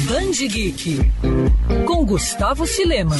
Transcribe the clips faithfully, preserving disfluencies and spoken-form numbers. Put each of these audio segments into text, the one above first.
Band Geek, com Gustavo Filema.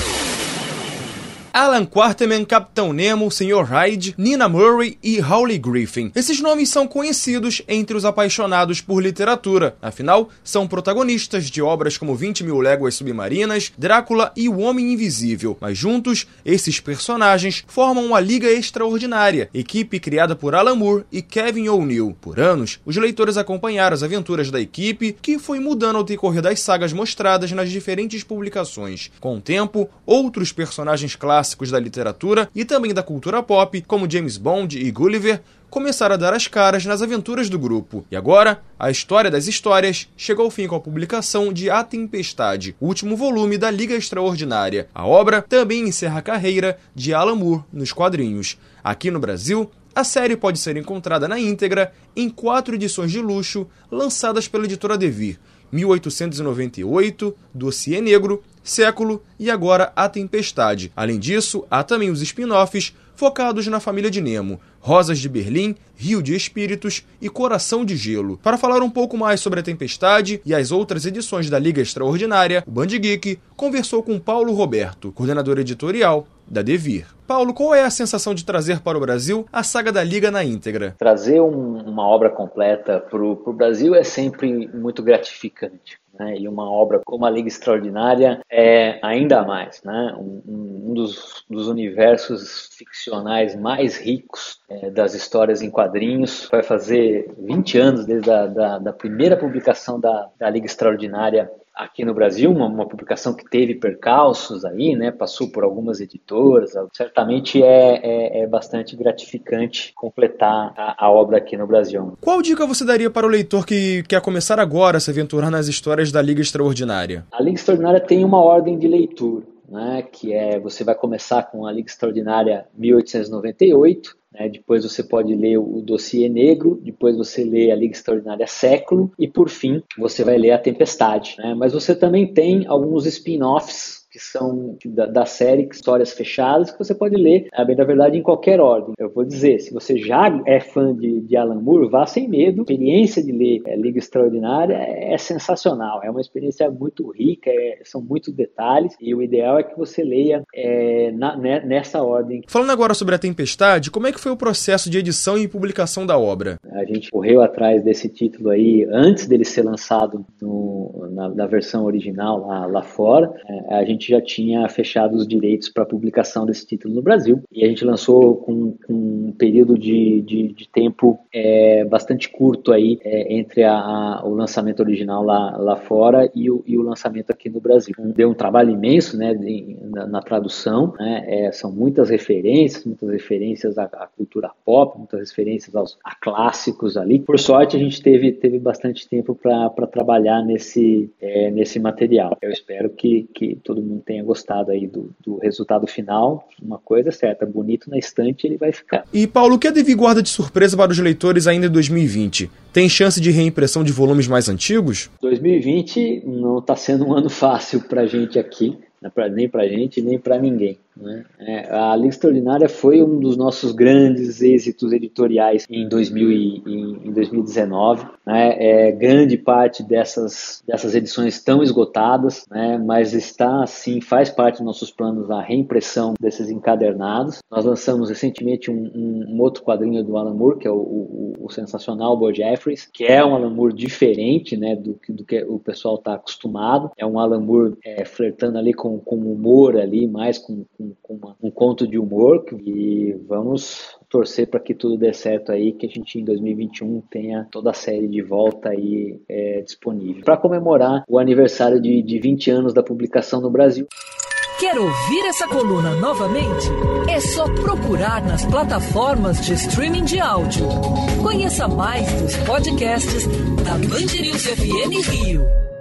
Alan Quarterman, Capitão Nemo, senhor Hyde, Nina Murray e Howley Griffin. Esses nomes são conhecidos entre os apaixonados por literatura. Afinal, são protagonistas de obras como vinte mil Léguas Submarinas, Drácula e O Homem Invisível. Mas juntos, esses personagens formam uma Liga Extraordinária, equipe criada por Alan Moore e Kevin O'Neill. Por anos, os leitores acompanharam as aventuras da equipe, que foi mudando ao decorrer das sagas mostradas nas diferentes publicações. Com o tempo, outros personagens clássicos clássicos da literatura e também da cultura pop, como James Bond e Gulliver, começaram a dar as caras nas aventuras do grupo. E agora, a história das histórias chegou ao fim com a publicação de A Tempestade, o último volume da Liga Extraordinária. A obra também encerra a carreira de Alan Moore nos quadrinhos. Aqui no Brasil, a série pode ser encontrada na íntegra em quatro edições de luxo lançadas pela editora Devir: mil oitocentos e noventa e oito, Dossiê Negro, Século e agora A Tempestade. Além disso, há também os spin-offs focados na família de Nemo: Rosas de Berlim, Rio de Espíritos e Coração de Gelo. Para falar um pouco mais sobre A Tempestade e as outras edições da Liga Extraordinária, o Band Geek conversou com Paulo Roberto, coordenador editorial da Devir. Paulo, qual é a sensação de trazer para o Brasil a saga da Liga na íntegra? Trazer um, uma obra completa para o Brasil é sempre muito gratificante, né? E uma obra como a Liga Extraordinária é ainda mais, né? Um, um dos, dos universos ficcionais mais ricos é, das histórias em quadrinhos. Vai fazer vinte anos desde a da, da primeira publicação da, da Liga Extraordinária aqui no Brasil, uma, uma publicação que teve percalços aí, né? Passou por algumas editoras. Certamente é, é, é bastante gratificante completar a, a obra aqui no Brasil. Qual dica você daria para o leitor que quer começar agora a se aventurar nas histórias da Liga Extraordinária? A Liga Extraordinária tem uma ordem de leitura, né? Que é, você vai começar com a Liga Extraordinária mil oitocentos e noventa e oito, né? Depois você pode ler o Dossiê Negro, depois você lê a Liga Extraordinária Século e, por fim, você vai ler A Tempestade, né? Mas você também tem alguns spin-offs que são da, da série, histórias fechadas, que você pode ler, a bem da verdade, em qualquer ordem. Eu vou dizer, se você já é fã de, de Alan Moore, vá sem medo. A experiência de ler é, Liga Extraordinária é, é sensacional, é uma experiência muito rica, é, são muitos detalhes, e o ideal é que você leia é, na, nessa ordem. Falando agora sobre A Tempestade, como é que foi o processo de edição e publicação da obra? A gente correu atrás desse título aí, antes dele ser lançado no, na, na versão original lá, lá fora. É, a gente já tinha fechado os direitos para a publicação desse título no Brasil, e a gente lançou com, com um período de, de, de tempo é, bastante curto aí, é, entre a, a, o lançamento original lá, lá fora e o, e o lançamento aqui no Brasil. Deu um trabalho imenso, né, de, na, na tradução, né, é, são muitas referências, muitas referências à, à cultura pop, muitas referências aos, a clássicos ali. Por sorte, a gente teve, teve bastante tempo para trabalhar nesse, é, nesse material. Eu espero que, que todo mundo tenha gostado aí do, do resultado final. Uma coisa certa, bonito na estante ele vai ficar. E Paulo, o que a Devir guarda de surpresa para os leitores ainda em dois mil e vinte? Tem chance de reimpressão de volumes mais antigos? dois mil e vinte não está sendo um ano fácil para a gente aqui, nem para a gente, nem para ninguém, né? É, a Liga Extraordinária foi um dos nossos grandes êxitos editoriais em, dois mil e, em, em dois mil e dezenove, né? É, grande parte dessas, dessas edições estão esgotadas, né? Mas está, sim, faz parte dos nossos planos a reimpressão desses encadernados. Nós lançamos recentemente um, um, um outro quadrinho do Alan Moore, que é o, o, o sensacional Bo Jeffries, que é um Alan Moore diferente, né, do, do que o pessoal está acostumado. É um Alan Moore é, flertando ali com, com humor, ali, mais com, com, com uma, um conto de humor, e vamos torcer para que tudo dê certo aí, que a gente em dois mil e vinte e um tenha toda a série de volta aí é, disponível. Para comemorar o aniversário de, de vinte anos da publicação no Brasil. Quer ouvir essa coluna novamente? É só procurar nas plataformas de streaming de áudio. Conheça mais dos podcasts da Band News F M Rio.